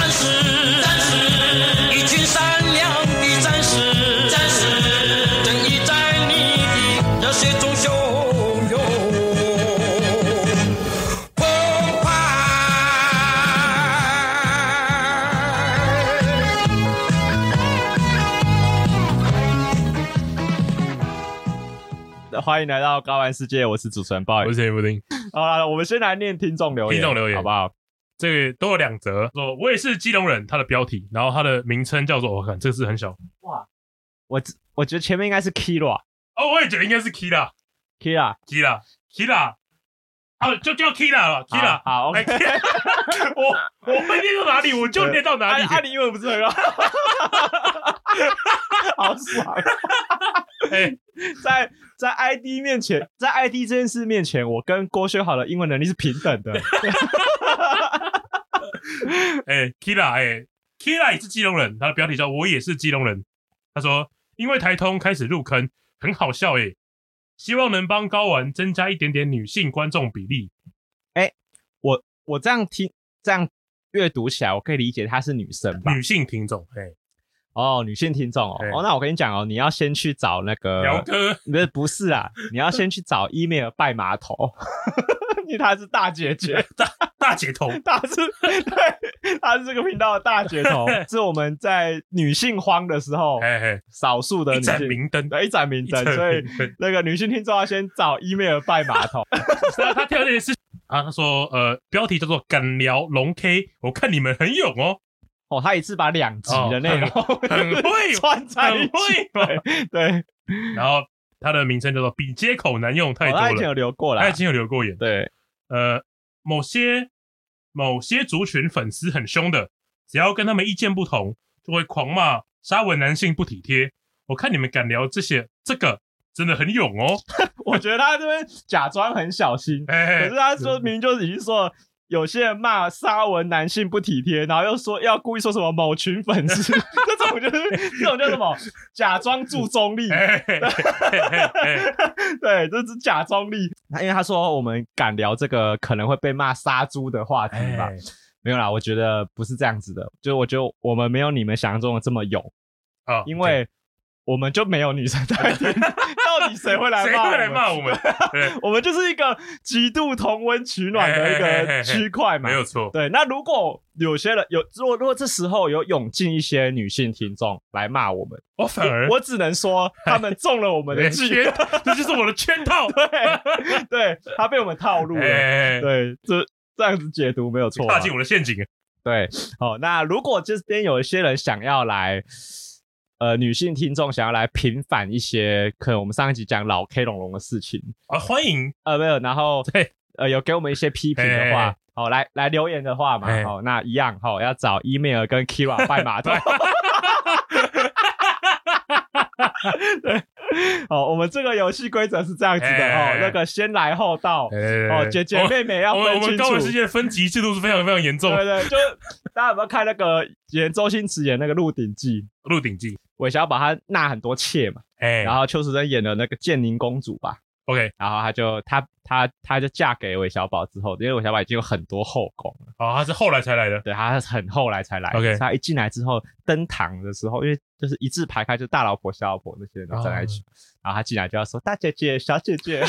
战士，一群善良的战士，正义在你的热血中汹涌澎湃。 欢迎来到高玩世界，我是主持人鲍宇， 我是田布丁。 好了，我们先来念听众留言，好不好？ 这个都有2则，说我也是基隆人，他的标题，然后他的名称叫做，我看这个字很小， 哇，我觉得前面应该是 Kira， 哦，我也觉得应该是 Kira， 哦，就叫 Kira 了 ，Kira， 好 ，OK， 我会念到哪里我就念到哪里， 你英文不是很好，好爽。在 ID 面前，在 ID 这件事面前，我跟郭轩豪的英文能力是平等的。 Kira 也是基隆人，他的标题叫我也是基隆人。他说，因为台通开始入坑，很好笑希望能帮高玩增加一点点女性观众比例。 我这样听，这样阅读起来，我可以理解她是女生吧？ 女性听众， 女性听众哦，那我跟你讲哦，你要先去找那个表哥， 不是啊，你要先去找伊梅尔拜码头，因为她是大姐姐， 大姐头， 她是这个频道的大姐头，是我们在女性荒的时候，少数的女性一盏明灯， 一盏明灯，所以那个女性听众要先找伊梅尔拜码头。 他挑的是他说标题叫做敢聊龙 K， 我看你们很勇哦， 他一次把2集的内容很会串在一起，对。 然后他的名称叫做比接口难用太多了， 他以前有留过啦， 他以前有留过言， 对， 某些族群粉丝很凶的，只要跟他们意见不同，就会狂骂沙文男性不体贴。我看你们敢聊这个真的很勇哦。 我觉得他这边假装很小心，可是他说明明就已经说。有些人骂沙文男性不体贴，然后又说要故意说什么某群粉丝，这种叫什么？假装助中立。对，这是假中立。因为他说我们敢聊这个可能会被骂杀猪的话题吧？没有啦，我觉得不是这样子的，就我觉得我们没有你们想象中的这么勇因为我们就没有女生在听。到底谁会来骂我们？我们就是一个极度同温取暖的一个区块嘛， 没有错。 对，那如果有些人如果这时候有涌进一些女性听众来骂我们，我只能说他们中了我们的计， 这就是我的圈套。 对，他被我们套路了。对，这样子解读没有错， 踏进我的陷阱。 对，那如果这边有一些人想要来。女性听众想要来平反一些可能我们上一集讲老 K 龙龙的事情欢迎没有，然后有给我们一些批评的话，来留言的话嘛，那一样要找伊梅尔跟 Kira 拜码头。对，我们这个游戏规则是这样子的那个先来后到姐姐妹妹要分清楚。 我们高玩世界的分级制度是非常非常严重。 对，就大家有没有看那个周星驰演那个《鹿鼎记》？韦小宝他纳很多妾嘛，然后邱淑贞演的那个建宁公主吧 ，OK， 然后她就嫁给韦小宝之后，因为韦小宝已经有很多后宫了， 她是后来才来的， 对，她是很后来才来的 ，OK， 她一进来之后登堂的时候，因为就是一字排开，就大老婆小老婆那些人都站在一起，然后她进来就要说大姐姐小姐姐。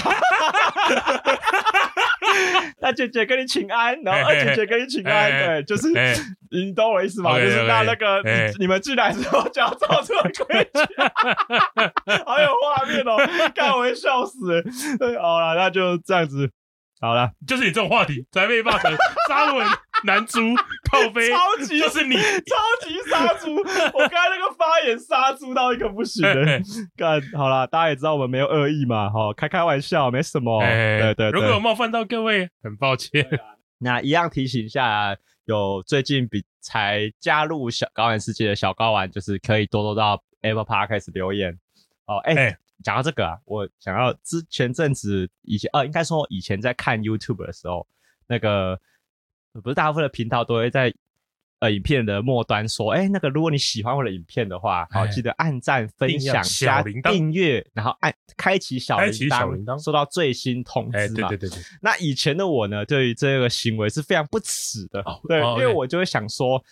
大姐姐跟你请安，然后二姐姐跟你请安，对，就是你懂我意思吗？就是那个你们进来之后就要照这个规矩，好有画面哦，看我会笑死。对，好了，那就这样子，好了， 就是你这种话题才被骂成沙文男猪靠背， 超级就是你， 超级杀猪。我刚才那个发言杀猪到一个不行的，干好啦，大家也知道我们没有恶意嘛，开玩笑，没什么。对， 如果有冒犯到各位，很抱歉。 那一样提醒一下，有最近才加入高玩世界的小高玩，就是可以多到 Apple Podcast 留言。讲到这个我想要前阵子应该说以前在看 YouTube 的时候，那个不是大部分的频道都会在影片的末端说，那个如果你喜欢我的影片的话，记得按赞、分享、加订阅，然后开启小铃铛，收到最新通知嘛。 对。 那以前的我呢，对于这个行为是非常不耻的，对，因为我就会想说，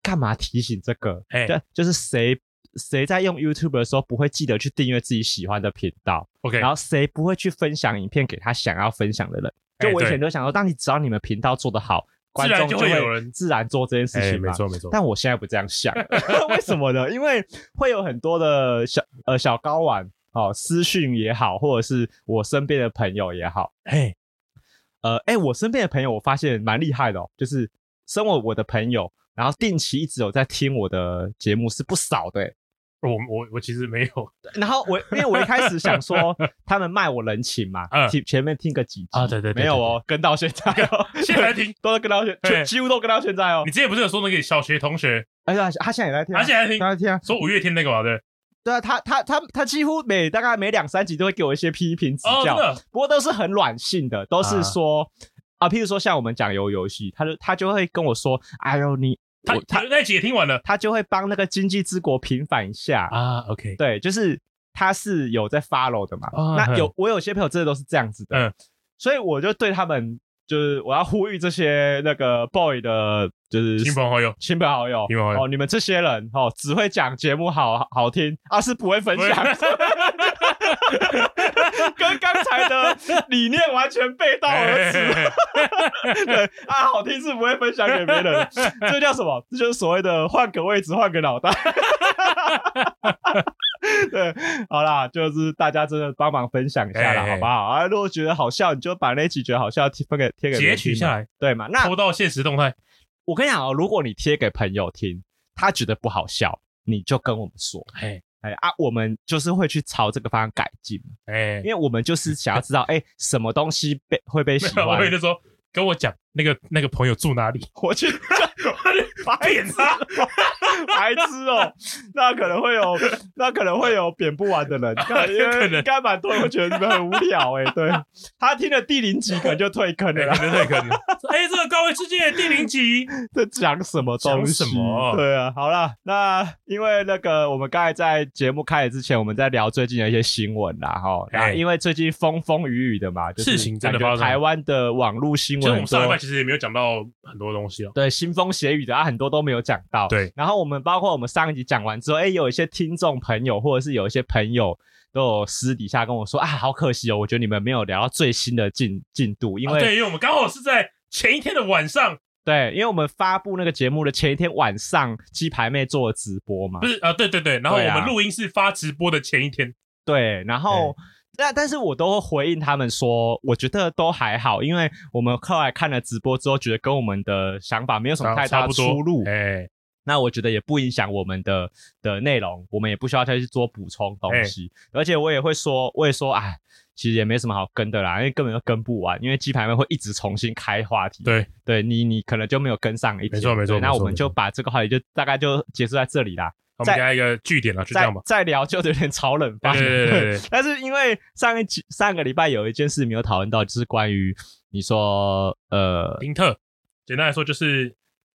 干嘛提醒这个？就是谁在用 YouTube 的时候不会记得去订阅自己喜欢的频道 ，OK， 然后谁不会去分享影片给他想要分享的人？就我以前就想说，当你只要你们频道做得好，观众就会有人自然做这件事情嘛。 没错没错。 但我现在不这样想，为什么呢？因为会有很多的小睾丸私讯也好，或者是我身边的朋友也好，我身边的朋友我发现蛮厉害的就是身为我的朋友，然后定期一直有在听我的节目是不少的我其实没有， 然后因为我一开始想说他们卖我人情嘛，前面听个几集对， 没有跟到现在现在听都跟到几乎都跟到现在你之前不是有说那个小学同学？ 他现在也在听， 他现在在听啊， 说五月天那个嘛，对啊，他几乎大概每2-3集都会给我一些批评指教，不过都是很软性的，都是说譬如说像我们讲游戏，他就会跟我说，哎呦他那集也听完了， 他就会帮那个经济之国平反一下 OK， 对，就是他是有在 follow 的嘛，那我有些朋友真的都是这样子的，所以我就对他们就是我要呼吁这些那个 boy 的，就是亲朋好友， 你们这些人只会讲节目好听，是不会分享。跟刚才的理念完全背道而驰。对好听是不会分享给别人，这叫什么？这就是所谓的换个位置换个脑袋。对，好啦，就是大家真的帮忙分享一下啦，好不好？如果觉得好笑，你就把那集觉得好笑贴给截取下来， 对嘛？那拖到现实动态。 我跟你讲如果你贴给朋友听，他觉得不好笑，你就跟我们说，我们就是会去朝这个方向改进，因为我们就是想要知道，什么东西会被喜欢。 我就说跟我讲那个朋友住哪里， 我去扁他，白痴那可能会有扁不完的人，因为应该蛮多人会觉得你们很无聊对，他听了第0集可能就退坑了， 退坑了。这个高维世界第0集在讲什么东西？对啊，好啦，那因为那个我们刚才在节目开始之前，我们在聊最近的一些新闻啦那因为最近风风雨雨的嘛，就是事情真的发生， 台湾的网络新闻， 其实我们上礼拜其实也没有讲到很多东西对，腥风血雨的很多都没有讲到。 对， 然后包括我们上一集讲完之后，有一些听众朋友或者是有一些朋友都有私底下跟我说好可惜我觉得你们没有聊到最新的进度，因为因为我们刚好是在前一天的晚上。 对，因为我们发布那个节目的前一天晚上，鸡排妹做了直播嘛。 不是对，然后我们录音是发直播的前一天。 对，然后但是我都会回应他们说，我觉得都还好，因为我们后来看了直播之后，觉得跟我们的想法没有什么太大的出入。那我觉得也不影响我们的内容，我们也不需要再去做补充东西。而且我也说其实也没什么好跟的啦，因为根本就跟不完，因为鸡排妹会一直重新开话题。对，你可能就没有跟上一天。 没错。 那我们就把这个话题就大概就结束在这里啦。 我们给他一个据点了，就这样吧。 再聊就有点炒冷饭。 对。 但是因为上个礼拜有一件事没有讨论到，就是关于你说林特，简单来说就是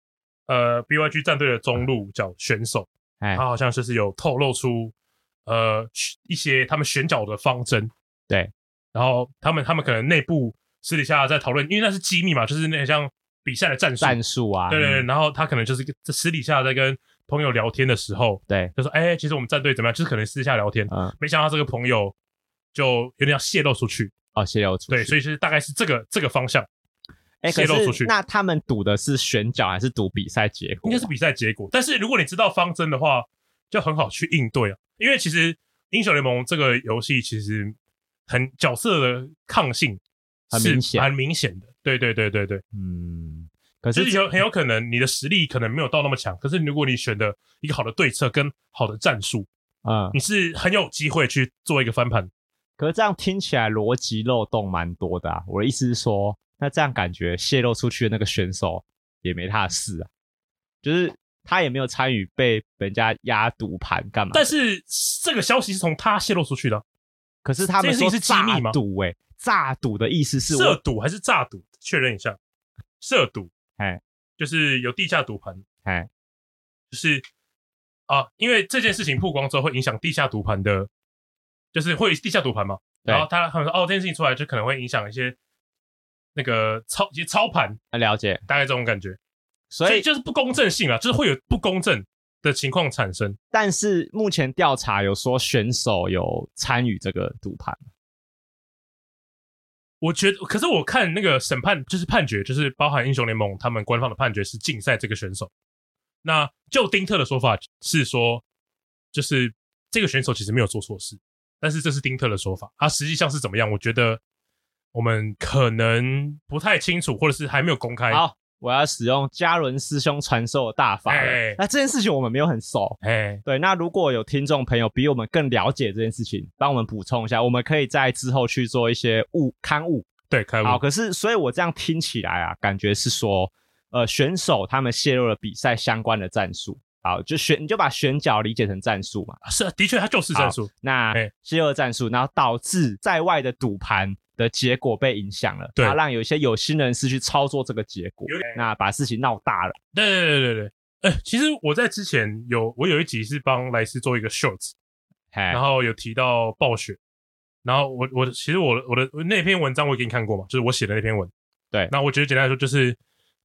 BYG 战队的中路角选手，他好像就是有透露出一些他们选角的方针。 对， 然后他们可能内部私底下在讨论，因为那是机密嘛，就是那像比赛的战术啊。对，然后他可能就是私底下在跟朋友聊天的时候， 对， 就说其实我们战队怎么样，就是可能私下聊天，没想到这个朋友就有点要泄露出去。 泄露出去。 对，所以是大概是这个方向。泄露出去。 那他们赌的是选角还是赌比赛结果？ 应该是比赛结果。但是如果你知道方针的话，就很好去应对因为其实英雄联盟这个游戏其实角色的抗性是蛮明显的。对。可是就是很有可能你的实力可能没有到那么强，可是如果你选的一个好的对策跟好的战术，你是很有机会去做一个翻盘。 可是这样听起来逻辑漏洞蛮多的我的意思是说，那这样感觉泄露出去的那个选手也没他的事就是他也没有参与被人家压赌盘干嘛。 但是这个消息是从他泄露出去的。 可是他们说是机密吗？ 诈赌的意思是涉赌还是诈赌？确认一下，涉赌，就是有地下赌盘，就是因为这件事情曝光之后会影响地下赌盘的，就是会地下赌盘嘛。然后他们说这件事情出来就可能会影响一些那个操盘。 了解， 大概这种感觉。 所以就是不公正性啊，就是会有不公正的情况产生。 但是目前调查有说选手有参与这个赌盘。 我觉得，可是我看那个审判就是判决，就是包含英雄联盟他们官方的判决是禁赛这个选手。那就丁特的说法是说，就是这个选手其实没有做错事，但是这是丁特的说法，他实际上是怎么样？我觉得我们可能不太清楚，或者是还没有公开。 好，我要使用嘉伦师兄传授的大法了。那这件事情我们没有很熟，对。那如果有听众朋友比我们更了解这件事情，帮我们补充一下，我们可以在之后去做一些刊物。 对，刊物。 好，可是所以我这样听起来啊，感觉是说，选手他们泄露了比赛相关的战术。好，你就把选角理解成战术嘛。 是，的确，它就是战术。 那泄露战术，然后导致在外的赌盘的结果被影响了， 对， 让有一些有心人士去操作这个结果，那把事情闹大了。 对。其实我在之前我有一集是帮莱斯做一个 shorts， 然后有提到暴雪，然后其实我的那篇文章我也给你看过嘛，就是我写的那篇文。对，那我觉得简单来说就是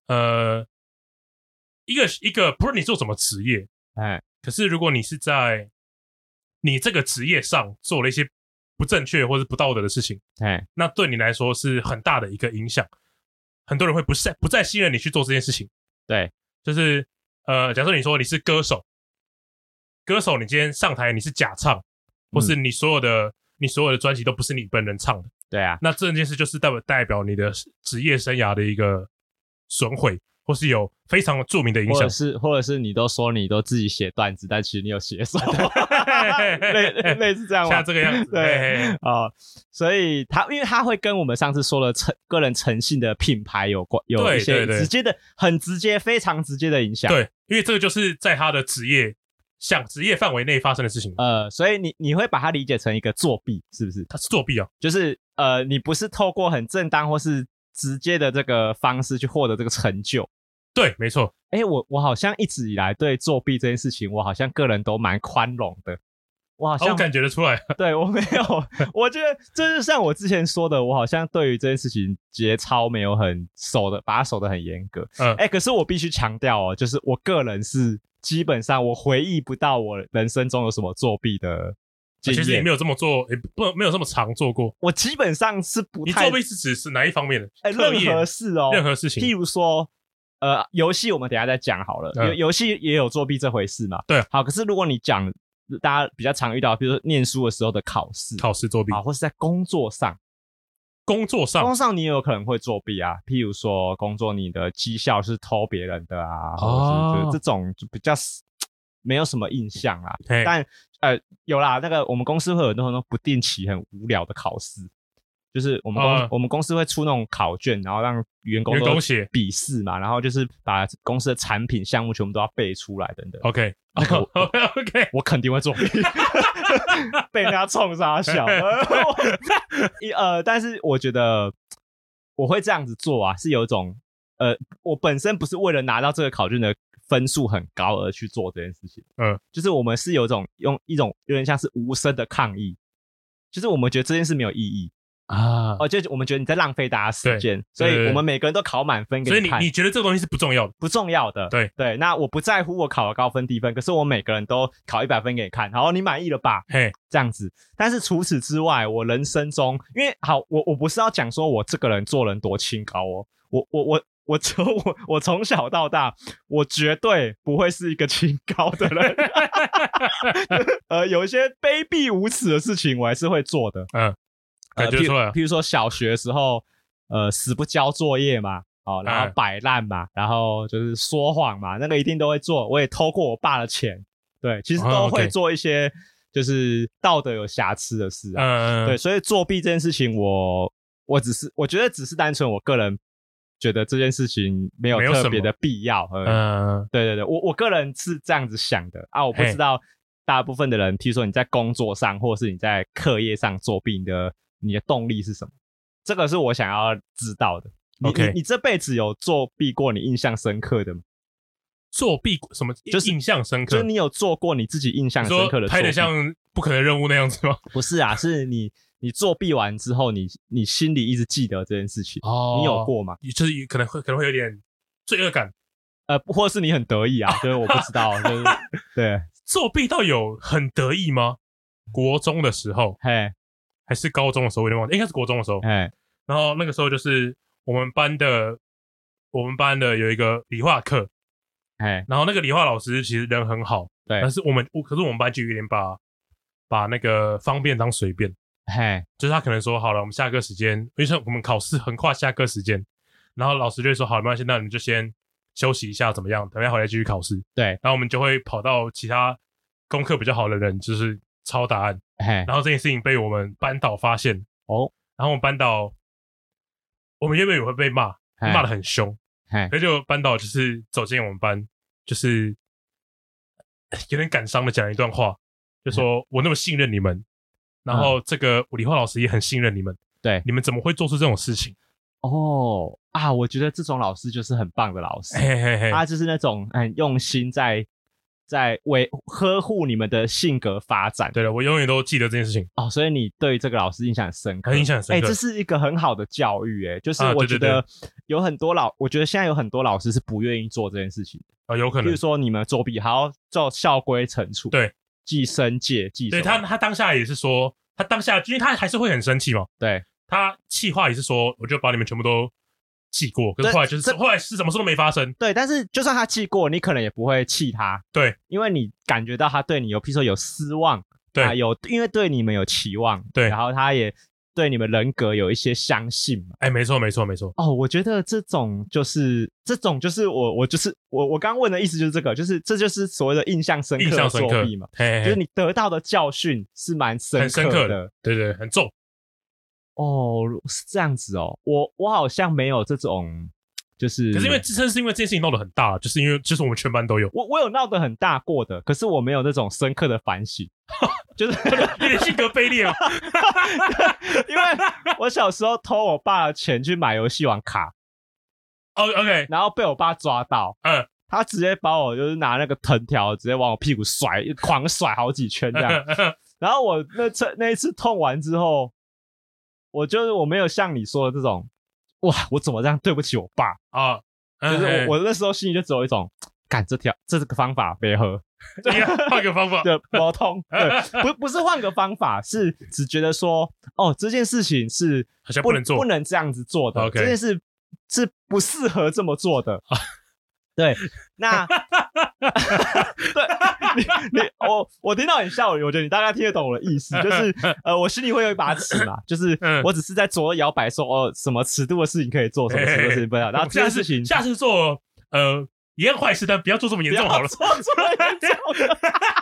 一个不论你做什么职业，可是如果你是在你这个职业上做了一些不正确或是不道德的事情，那对你来说是很大的一个影响。很多人会不再信任你去做这件事情。 对， 就是假设你说你是歌手，你今天上台你是假唱，或是你所有的专辑都不是你本人唱的， 对啊， 那这件事就是代表你的职业生涯的一个损毁，或是有非常著名的影响， 或者是你都说你都自己写段子，但其实你有写手，类似这样吗？ 像这个样子， 对所以因为他会跟我们上次说的个人诚信的品牌有一些很直接、非常直接的影响。 对，因为这个就是在他的职业范围内发生的事情。 所以你会把它理解成一个作弊，是不是？ 他是作弊啊， 就是你不是透过很正当或是直接的这个方式去获得这个成就。 对，没错。 我好像一直以来对作弊这件事情，我好像个人都蛮宽容的。我感觉得出来。对， 我没有，我觉得就是像我之前说的，我好像对于这件事情节操没有把它守得很严格。可是我必须强调就是我个人是基本上我回忆不到我人生中有什么作弊的经验。 其实你没有这么做，没有这么常做过。 我基本上是不太。 你作弊是指是哪一方面的？ 任何事任何事情。 譬如说游戏我们等一下再讲好了。游戏也有作弊这回事嘛。 对。 好，可是如果你讲大家比较常遇到，比如说念书的时候的考试作弊， 或是在工作上你也有可能会作弊啊。譬如说工作你的绩效是偷别人的啊，或者是这种就比较没有什么印象啦。但有啦，那个我们公司会有那种不定期很无聊的考试，就是我们公司会出那种考卷，然后让员工写笔试嘛，然后就是把公司的产品项目全部都要背出来等等。 OK， 我肯定会作弊，被人家冲杀小。但是我觉得我会这样子做啊，是有一种我本身不是为了拿到这个考卷的分数很高而去做这件事情。就是我们是有用一种有点像是无声的抗议，就是我们觉得这件事没有意义。就我们觉得你在浪费大家时间，所以我们每个人都考满分给你看。 所以你觉得这个东西是不重要的？ 不重要的。对，那我不在乎我考了高分低分，可是我每个人都考100分给你看，然后你满意了吧？这样子。但是除此之外，我人生中，因为好，我不是要讲说我这个人做人多清高哦，我从小到大，我绝对不会是一个清高的人。有一些卑鄙无耻的事情，我还是会做的。 感觉出来。 譬如说小学的时候，死不交作业嘛，然后摆烂嘛，然后就是说谎嘛，那个一定都会做。我也偷过我爸的钱，对，其实都会做一些就是道德有瑕疵的事啊。对，所以作弊这件事情我觉得只是单纯我个人觉得这件事情没有特别的必要。对，我个人是这样子想的啊，我不知道大部分的人，譬如说你在工作上或者是你在课业上作弊，你的动力是什么？这个是我想要知道的。你这辈子有作弊过你印象深刻的吗？ 作弊什么？就是印象深刻， 就是你有做过你自己印象深刻的作弊？ 拍得像不可能任务那样子吗？ 不是啊，是你作弊完之后，你心里一直记得这件事情。你有过吗？ 就是可能会有点罪恶感。 或者是你很得意啊，就是我不知道，就是对。 作弊到有很得意吗？国中的时候， 嘿， 还是高中的时候，我有点忘记，应该是国中的时候。 嘿， 然后那个时候就是我们班的有一个理化课， 嘿， 然后那个理化老师其实人很好， 对， 但是我们班就有点把那个方便当随便， 嘿， 就是他可能说好了，我们下课时间，因为我们考试横跨下课时间，然后老师就会说好了，没关系，那你们就先休息一下，怎么样？等一下回来继续考试。 对， 然后我们就会跑到其他功课比较好的人，就是抄答案。 嘿， 然后这件事情被我们班导发现，然后我们班导，我们原本也会被骂得很凶，可是就班导就是走进我们班，就是有点感伤的讲一段话，就说我那么信任你们，然后这个理化老师也很信任你们， 对， 你们怎么会做出这种事情？ 我觉得这种老师就是很棒的老师， 嘿嘿嘿， 他就是那种很用心在呵护你们的性格发展。 对了，我永远都记得这件事情。 所以你对这个老师印象很深刻， 很印象很深刻。 这是一个很好的教育，就是我觉得有很多我觉得现在有很多老师是不愿意做这件事情的。有可能，比如说你们作弊还要做校规惩处， 对， 记申诫，记对他当下也是说，他当下因为他还是会很生气嘛， 对， 他气话也是说，我就把你们全部都记过，可是后来是什么事都没发生。 对，但是就算他记过，你可能也不会气他， 对， 因为你感觉到他对你有，譬如说有失望， 对， 因为对你们有期望， 对， 然后他也对你们人格有一些相信嘛。 没错。 我觉得这种就是我刚问的意思就是这个，这就是所谓的印象深刻的作弊嘛，就是你得到的教训是蛮深刻的， 对，很重。 是这样子我好像没有这种，就是可是因为正是因为这件事情闹得很大，就是因为我们全班都有， 我有闹得很大过的，可是我没有那种深刻的反省，就是有点性格卑劣因为我小时候偷我爸的钱去买游戏王卡 ，OK， 然后被我爸抓到，他直接把我就是拿那个藤条直接往我屁股甩，狂甩好几圈这样，然后我那一次痛完之后。我没有像你说的这种，哇，我怎么这样对不起我爸啊？就是我那时候心里就只有一种，干这个方法别喝， 换个方法， 对，不通，对，不是换个方法，是只觉得说，这件事情是好像不能做， 不能这样子做的， okay. 这件事是不适合这么做的。对，那对我听到你笑，我觉得你大概听得懂我的意思，就是我心里会有一把尺嘛，就是我只是在左右摇摆说什么尺度的事情可以做，什么尺度的事情不要，然后这件事情下次做一样坏事，但不要做这么严重好了， 做这么严重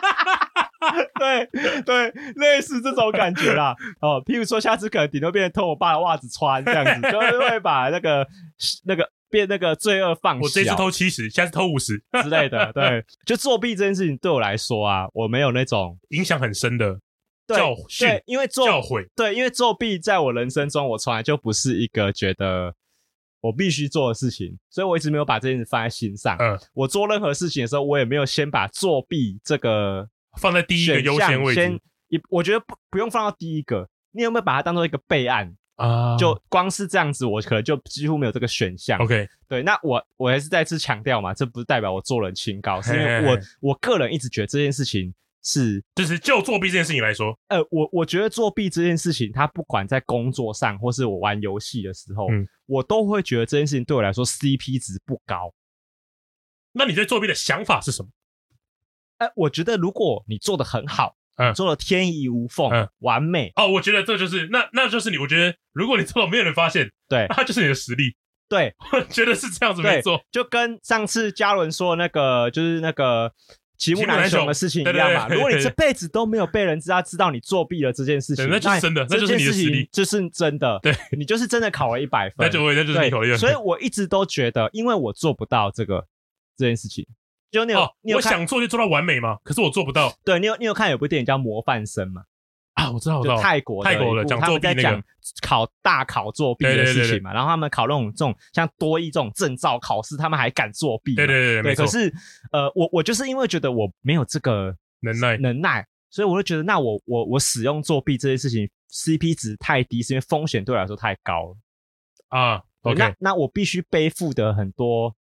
对，类似这种感觉啦。譬如说下次可能顶多变成偷我爸的袜子穿这样子，就是会把那个变那个罪恶放小。 我这次偷70，下次偷50 之类的。对，就作弊这件事情对我来说啊，我没有那种影响很深的教训， 对，因为教诲， 对，因为作弊在我人生中，我从来就不是一个觉得我必须做的事情，所以我一直没有把这件事放在心上。我做任何事情的时候，我也没有先把作弊这个放在第一个优先位置。 我觉得不用放到第一个，你有没有把它当做一个备案？就光是这样子，我可能就几乎没有这个选项。 OK， 对，那我还是再次强调嘛，这不是代表我做人清高，是因为我个人一直觉得这件事情就是就作弊这件事情来说， 我觉得作弊这件事情，它不管在工作上或是我玩游戏的时候，我都会觉得这件事情对我来说 CP 值不高。 那你对作弊的想法是什么？ 我觉得如果你做得很好。做的天衣无缝，完美我觉得这就是那就是我觉得如果你做了没有人发现， 对， 那就是你的实力。 对， 我觉得是这样子没错， 就跟上次嘉伦说那个就是那个齐木楠雄的事情一样嘛。如果你这辈子都没有被人知道你作弊了这件事情， 那就是真的，那就是你的实力， 这是真的。对，你就是真的考了100分， 那就是你考了100分。 所以我一直都觉得，因为我做不到这件事情。就你有我想做就做到完美吗？可是我做不到。 对，你有看有部电影叫《模范生》吗？ 我知道， 就泰国的讲作弊那个， 讲大考作弊的事情嘛。然后他们考这种像多益这种证照考试，他们还敢作弊。 对，没错。 可是我就是因为觉得我没有这个能耐，所以我就觉得那我使用作弊这件事情 CP 值太低，是因为风险对我来说太高了 OK， 那我必须背负的很多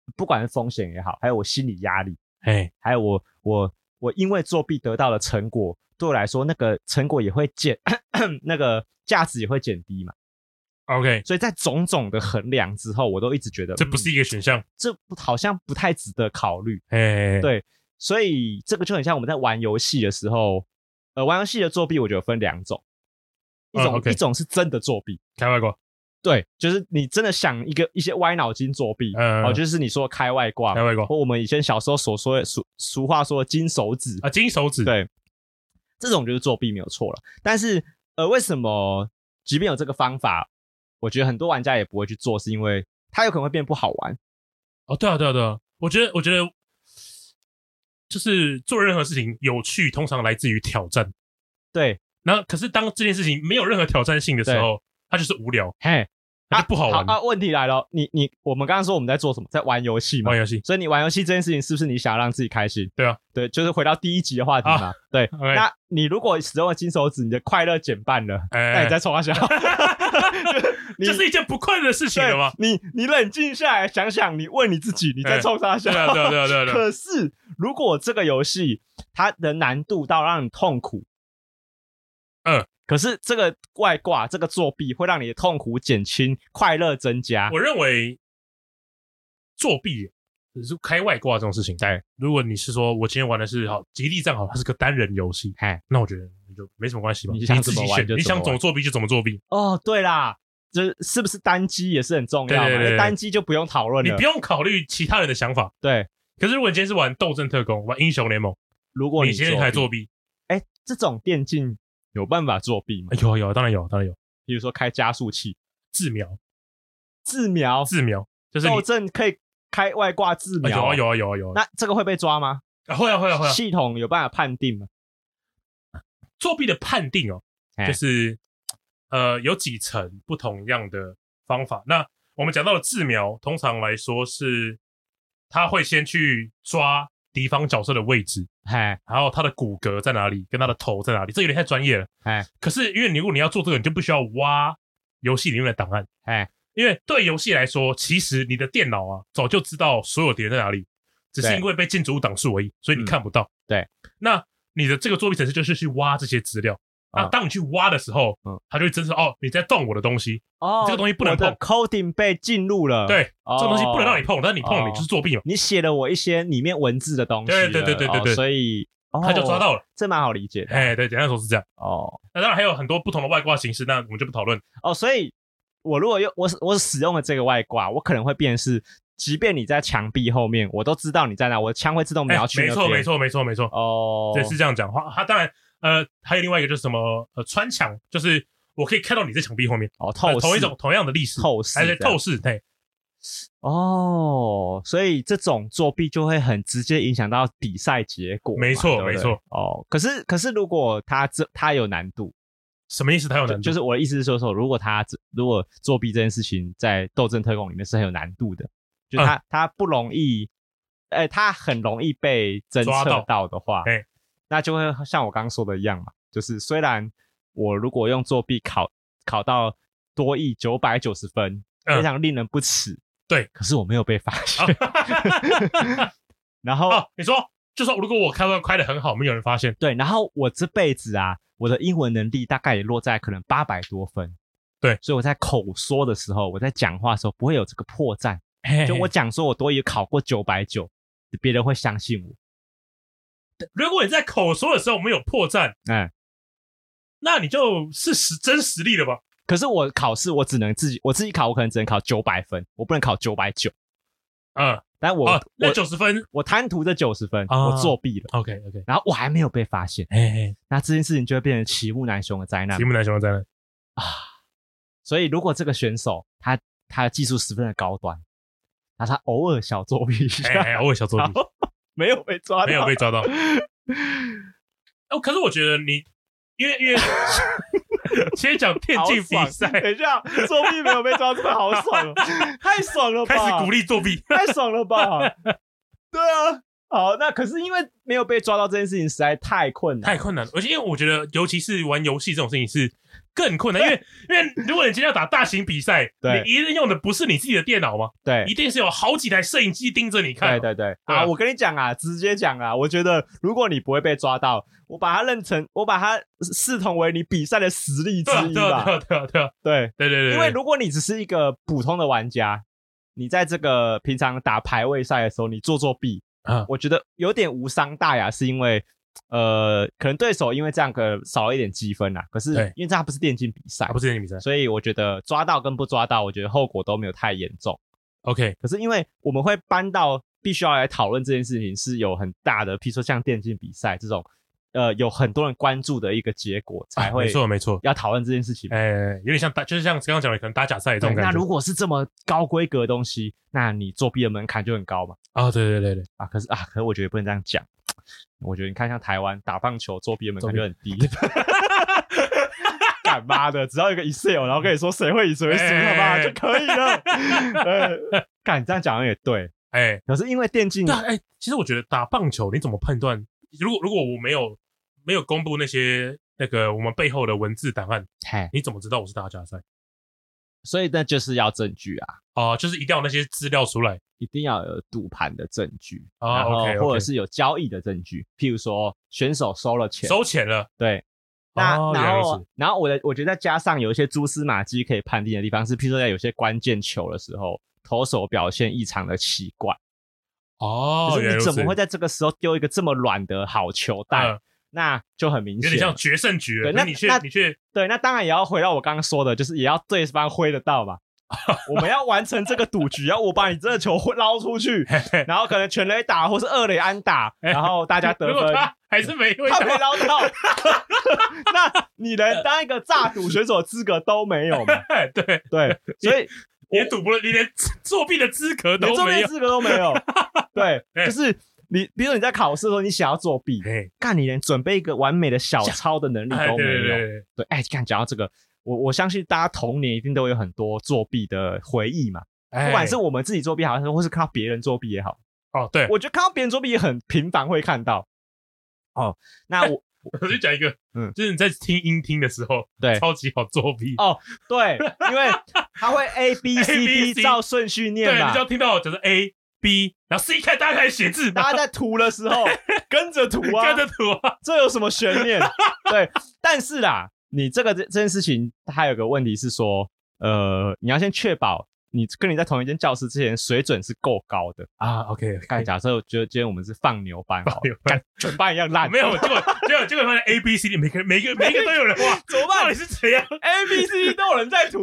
不管是风险也好，还有我心理压力， 还有我因为作弊得到的成果，对我来说那个成果也会那个价值也会减低嘛。 OK， 所以在种种的衡量之后，我都一直觉得这不是一个选项， 这好像不太值得考虑。对，所以这个就很像我们在玩游戏的时候，玩游戏的作弊，我觉得分2种，一种是真的作弊， 开外挂。 对，就是你真的想一些歪脑筋作弊，就是你说开外挂，或我们以前小时候所说的俗话说的金手指啊，金手指， 对，这种就是作弊没有错了。但是为什么即便有这个方法，我觉得很多玩家也不会去做，是因为它有可能会变不好玩。 哦，对啊，我觉得就是做任何事情有趣，通常来自于挑战。对，然后可是当这件事情没有任何挑战性的时候，它就是无聊，它就不好玩。 问题来了，我们刚刚说我们在做什么？在玩游戏嘛。 玩游戏， 所以你玩游戏这件事情是不是你想要让自己开心？ 对啊， 对，就是回到第1集的话题嘛。对，那你如果使用了金手指，你的快乐减半了，那你再冲下去。 这是一件不快乐的事情了吗？ 你冷静下来想想，你问你自己，你再冲下去。 对。 可是如果这个游戏它的难度到让你痛苦，可是这个外挂这个作弊会让你的痛苦减轻，快乐增加。 我认为作弊只是开外挂这种事情，对，如果你是说我今天玩的是极地战好，它是个单人游戏，那我觉得你就没什么关系吧， 你想怎么玩你想怎么作弊就怎么作弊。 哦，对啦，是不是单机也是很重要嘛？对，单机就不用讨论了， 你不用考虑其他人的想法。 对， 可是如果你今天是玩斗阵特工、玩英雄联盟， 如果你今天还作弊， 这种电竞有办法作弊吗？ 有，当然有。 比如说开加速器、 自瞄，就是斗阵可以开外挂自瞄。 有。 那这个会被抓吗？ 会啊。 系统有办法判定吗？ 作弊的判定就是有几层不同样的方法。那我们讲到的自瞄，通常来说是他会先去抓敌方角色的位置，然后他的骨骼在哪里，跟他的头在哪里，这有点太专业了。可是因为如果你要做这个，你就不需要挖游戏里面的档案。因为对游戏来说，其实你的电脑早就知道所有敌人在哪里，只是因为被建筑物挡住而已，所以你看不到。 对， 那你的这个作弊程式就是去挖这些资料。那当你去挖的时候，它就会侦测你在动我的东西，这个东西不能碰。 我的 coding 被进入了， 对，这个东西不能让你碰，但是你碰你就是作弊嘛。 你写了我一些里面文字的东西， 对， 所以他就抓到了， 这蛮好理解的。 对，简单说是这样。那当然还有很多不同的外挂形式，那我们就不讨论。 所以我如果我使用了这个外挂，我可能会变成是，即便你在墙壁后面，我都知道你在哪，我的枪会自动瞄去那边。 没错。对，是这样讲。它当然。还有另外一个就是什么穿墙，就是我可以看到你在墙壁后面透视， 同样的历史透视， 还是透视，对。 所以这种作弊就会很直接影响到比赛结果。 没错。 可是如果它有难度， 什么意思？它有难度？ 就是我的意思是说，如果作弊这件事情在斗阵特工里面是很有难度的，就它不容易，它很容易被侦测到的话，那就会像我刚刚说的一样嘛，就是虽然我如果用作弊考到多益990分，非常令人不齿， 对， 可是我没有被发现。然后你说，就说如果我开得很好，没有人发现， 对，然后我这辈子我的英文能力大概也落在可能800多分， 对， 所以我在口说的时候，我在讲话的时候不会有这个破绽，就我讲说我多益考过990，别人会相信我。 如果你在口说的时候没有破绽，那你就是真实力了吧？ 可是我考试我只能自己考，我可能只能考900分，我不能考990。但那90分， 我贪图这90分，我作弊了。 OK， 然后我还没有被发现，那这件事情就会变成骑木难雄的灾难。所以如果这个选手他的技术十分的高端，那他偶尔小作弊一下， 偶尔小作弊。 没有被抓到， 可是我觉得你，因为先讲电竞比赛， 等一下作弊没有被抓，真的好爽太爽了吧！ 开始鼓励作弊， 太爽了吧！对啊，好，那可是因为没有被抓到这件事情实在太困难， 而且因为我觉得，尤其是玩游戏这种事情是更困难，因为如果你今天要打大型比赛， 对， 你一定用的不是你自己的电脑吗？ 对， 一定是有好几台摄影机盯着你看。 对啊，我跟你讲啊，直接讲啊，我觉得如果你不会被抓到，我把它视同为你比赛的实力之一吧。对，因为如果你只是一个普通的玩家，你在这个平常打排位赛的时候，你作弊，我觉得有点无伤大雅，是因为可能对手因为这样少了一点积分啦，可是因为这样不是电竞比赛， 不是电竞比赛， 所以我觉得抓到跟不抓到，我觉得后果都没有太严重。 OK， 可是因为我们会搬到必须要来讨论这件事情，是有很大的，譬如说像电竞比赛这种，有很多人关注的一个结果才会， 没错， 要讨论这件事情。 有点像就是像刚刚讲的，可能打假赛这种感觉。 那如果是这么高规格的东西，那你作弊的门槛就很高嘛。 对啊， 可是我觉得不能这样讲。我觉得你看像台湾打棒球作弊的门槛就很低。干妈的，只要一个 Excel， 然后跟你说谁会赢谁会输，他妈就可以了。干，你这样讲也对。可是因为电竞， 其实我觉得打棒球你怎么判断？如果我没有公布那个我们背后的文字档案，你怎么知道我是打假赛？ 所以那就是要证据啊。 就是一定要那些资料出来， 一定要有赌盘的证据 ，OK， 或者是有交易的证据，譬如说选手收钱了， 对。然后我觉得再加上有一些蛛丝马迹可以判定的地方是，譬如说在有些关键球的时候，投手表现异常的奇怪，就是你怎么会在这个时候丢一个这么软的好球带？那就很明显， 有点像决胜局了。 对， 你去对，那当然也要回到我刚刚说的，就是也要对方挥得到嘛。我们要完成这个赌局，要我把你这个球捞出去，然后可能全垒打或是二垒安打，然后大家得分。 如果他还是没他没捞到，那你连当一个诈赌选手的资格都没有嘛？对，所以你连作弊的资格都没有， 连作弊的资格都没有。对，就是你，比如说你在考试的时候，你想要作弊，干你连准备一个完美的小抄的能力都没有。对，看讲到这个。我相信大家童年一定都有很多作弊的回忆嘛，不管是我们自己作弊好，或是看到别人作弊也好。 对， 我觉得看到别人作弊也很频繁会看到。那我就讲一个，就是你在听音听的时候， 对， 超级好作弊。 对，因为他会 A B C D 照顺序念嘛， 对，你就要听到就是 A B， 然后 C 开，大家开始写字， 大家在涂的时候跟着涂啊，这有什么悬念？对，但是啦。你这件事情，它有个问题是说，你要先确保你跟你在同一间教室之前水准是够高的 OK， 假设今天我们是放牛班，全班一样烂， 没有，结果发现 A B C D 每个都有人哇， 怎么办？ 到底是怎样 ？A B C D 都有人在涂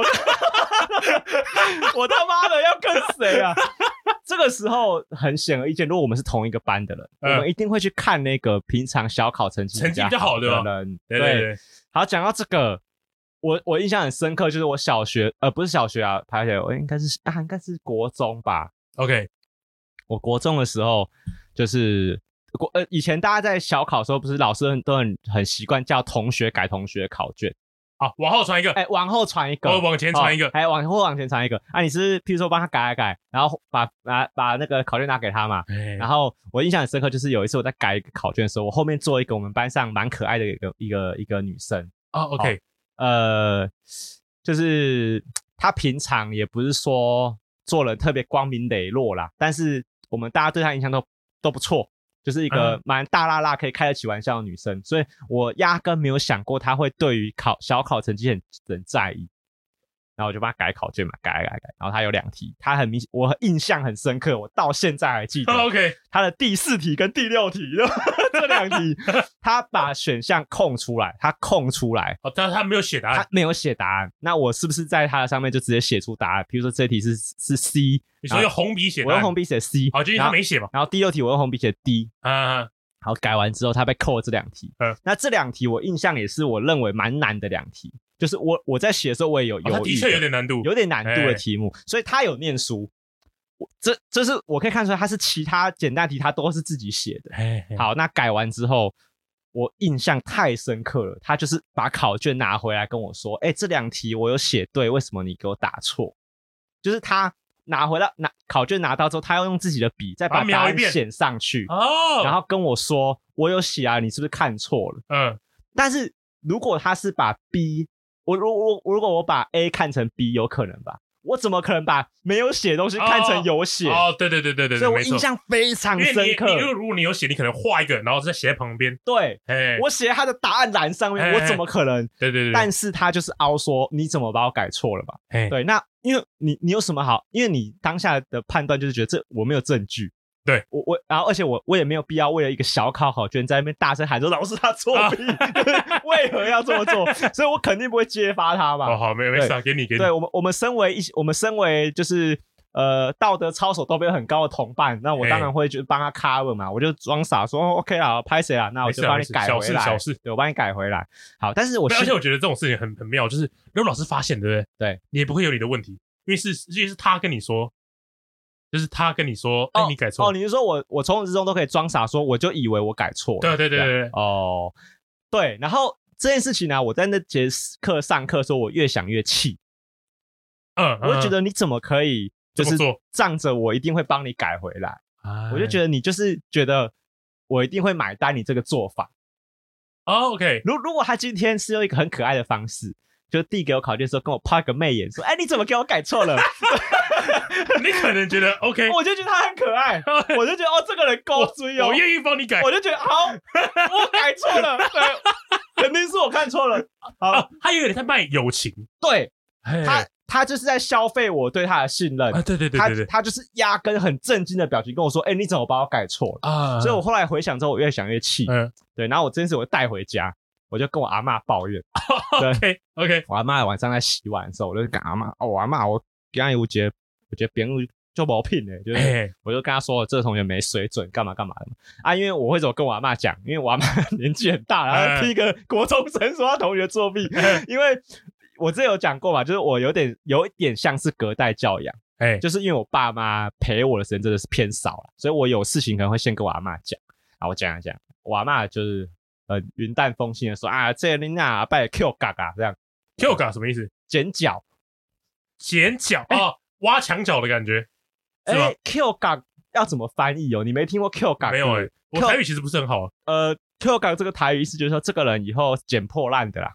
我他妈的要跟谁啊？这个时候很显而易见，如果我们是同一个班的人，我们一定会去看那个平常小考成绩比较好的人。对。好，讲到这个，我印象很深刻，就是我小学，不是小学啊，排学，我应该是国中吧。 OK， 我国中的时候，就是以前大家在小考的时候，不是老师都很习惯叫同学改同学考卷。 往后传一个， 往后传一个， 往前传一个， 往前传一个。你是譬如说帮他改，然后把那个考卷拿给他嘛。然后我印象很深刻，就是有一次我在改一个考卷的时候，我后面坐一个我们班上蛮可爱的一个女生。 OK， 就是她平常也不是说做人特别光明磊落啦，但是我们大家对她印象都不错。就是一个蛮大辣辣可以开得起玩笑的女生，所以我压根没有想过她会对于小考成绩很在意，然后我就帮她改考卷嘛，改，然后她有2题，她很明显，我印象很深刻，我到现在还记得。 OK， 她的第4题跟第6题这2题，她把选项空出来， 但是她没有写答案， 她没有写答案，那我是不是在她的上面就直接写出答案？比如说这题是 C。 你说用红笔写， 我用红笔写 C， 就是他没写嘛。 然后第6题我用红笔写 D， 好，改完之后他被扣了这2题。那这2题我印象也是我认为蛮难的2题，就是我在写的时候我也有犹豫， 他的确有点难度的题目，所以他有念书。这是我可以看出来，他是其他简单题他都是自己写的。好，那改完之后，我印象太深刻了，他就是把考卷拿回来跟我说：“这2题我有写对，为什么你给我打错？”就是他考卷拿到之后，他要用自己的笔再把答案写上去，然后跟我说：“我有写啊，你是不是看错了？”但是如果他是把 B 如果我把 A 看成 B， 有可能吧？我怎么可能把没有写的东西看成有写？ 对， 所以我印象非常深刻。 因为如果你有写，你可能画一个，然后再写在旁边。 对，我写在他的答案栏上面，我怎么可能？ 对。 但是他就是凹说，你怎么把我改错了吧？对，那因为你有什么好？因为你当下的判断就是觉得我没有证据。 对， 然后而且我也没有必要为了一个小考卷在那边大声喊说老师他作弊，为何要这么做？所以我肯定不会揭发他嘛。 好，没事，给你。 对，我们身为就是道德操守都没有很高的同伴，那我当然会就帮他 cover 嘛，我就装傻说 OK 啦，拍谁啦，那我就帮你改回来， 小事， 对，我帮你改回来。好，但是而且我觉得这种事情很妙，就是如果老师发现，对不对？ 对， 你也不会有你的问题，因为是他跟你说。就是他跟你说，你改错你是说我从始至终都可以装傻，说我就以为我改错了。 对。 对。然后这件事情呢，我在那节课上课的时候，我越想越气。我就觉得你怎么可以就是仗着我一定会帮你改回来？我就觉得你就是觉得我一定会买单你这个做法。 OK， 如果他今天是用一个很可爱的方式，就递给我考卷的时候跟我抛一个媚眼，说：“你怎么给我改错了？” 你可能觉得 OK， 我就觉得他很可爱，我就觉得这个人够追哦， 我愿意帮你改， 我就觉得好，我改错了，对，肯定是我看错了。好， 他有点在卖友情， 对，他就是在消费我对他的信任。 对， 他就是压根很震惊的表情跟我说：“你怎么把我改错了？”所以我后来回想之后，我越想越气。对，然后我这件事我带回家。我就跟我阿嬷抱怨。 OK， 我阿嬷晚上在洗碗的时候，我就跟阿嬷，我阿嬷，我今天有节别人就没品的，就是我就跟他说，这个同学没水准，干嘛的啊？因为我会怎么跟我阿嬷讲？因为我阿嬷年纪很大，然后踢一个国中生说他同学作弊，因为我之前有讲过嘛，就是我有一点像是隔代教养，就是因为我爸妈陪我的时间真的是偏少了，所以我有事情可能会先跟我阿嬷讲，然后我讲，我阿嬷就是云淡风轻的说这你阿伯 Q 嘎嘎这样 ，Q 嘎什么意思？ 剪脚挖墙角的感觉。 Q 嘎要怎么翻译哦？你没听过 Q 嘎？ 没有我台语其实不是很好。 Q 嘎这个台语意思就是说这个人以后捡破烂的啦。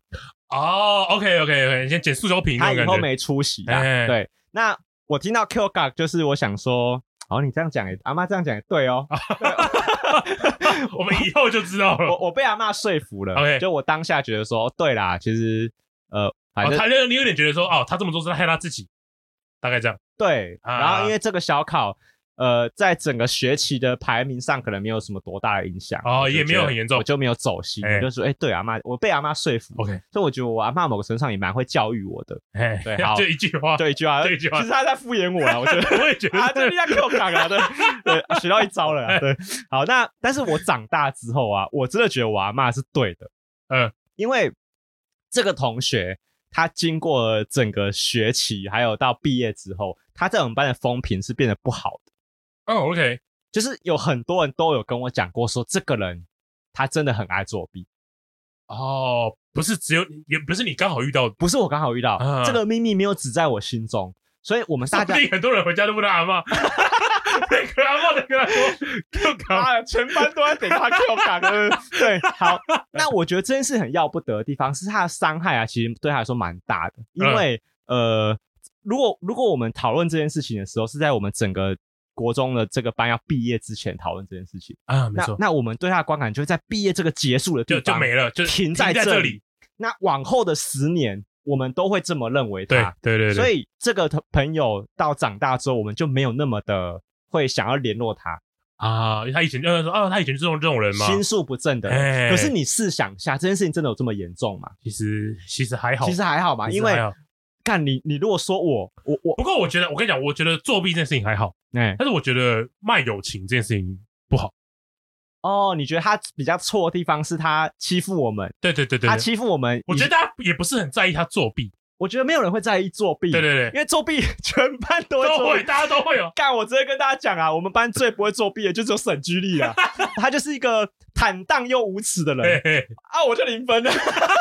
OK， 先捡塑胶瓶， 他以后没出息啦。对，那我听到 Q 嘎就是我想说，你这样讲阿嬷这样讲也对哦。 我们以后就知道了。 我被阿嬷说服了。 Okay. 就我当下觉得说，对啦，其实反正你有点觉得说，他这么做是害他自己，大概这样。 对，然后因为这个小考，在整个学期的排名上可能没有什么多大的影响。 也没有很严重， 我就没有走心，我就说，对阿嬷，我被阿嬷说服。 OK， 所以我觉得我阿嬷某个程度上也蛮会教育我的。对，好， 就一句话， 对一句话，其实他在敷衍我啦，我觉得， 我也觉得这样给我讲啊，对，学到一招了。对，好，但是我长大之后啊，我真的觉得我阿嬷是对的。因为这个同学他经过了整个学期，还有到毕业之后，他在我们班的风评是变得不好的。 OK， 就是有很多人都有跟我讲过说，这个人他真的很爱作弊。 不是也不是你刚好遇到的， 不是我刚好遇到，这个秘密没有只在我心中，所以我们大家很多人回家都问他阿嬷，那个阿嬷在跟他说 Q 港， 全班都在等他 Q 港。对，好，那我觉得这件事很要不得的地方是他的伤害啊，其实对他来说蛮大的，因为如果我们讨论这件事情的时候是在我们整个国中的这个班要毕业之前讨论这件事情没错， 那我们对他的观感就会在毕业这个结束的地方就没了，就停在这里。那往后的10年，我们都会这么认为他。 对。 所以这个朋友到长大之后，我们就没有那么的会想要联络他他以前就说他以前就是这种人嘛， 心术不正的人。可是你试想一下，这件事情真的有这么严重吗？ 其实还好， 其实还好嘛，因为看你如果说我， 不过我觉得我跟你讲，我觉得作弊这件事情还好，但是我觉得卖友情这件事情不好。 你觉得他比较错的地方是他欺负我们？ 对， 他欺负我们。 我觉得大家也不是很在意他作弊。 我觉得没有人会在意作弊。对， 因为作弊全班都会作弊， 大家都会有。 我直接跟大家讲啊，我们班最不会作弊的就只有沈居力啊，他就是一个坦荡又无耻的人。我就0分了，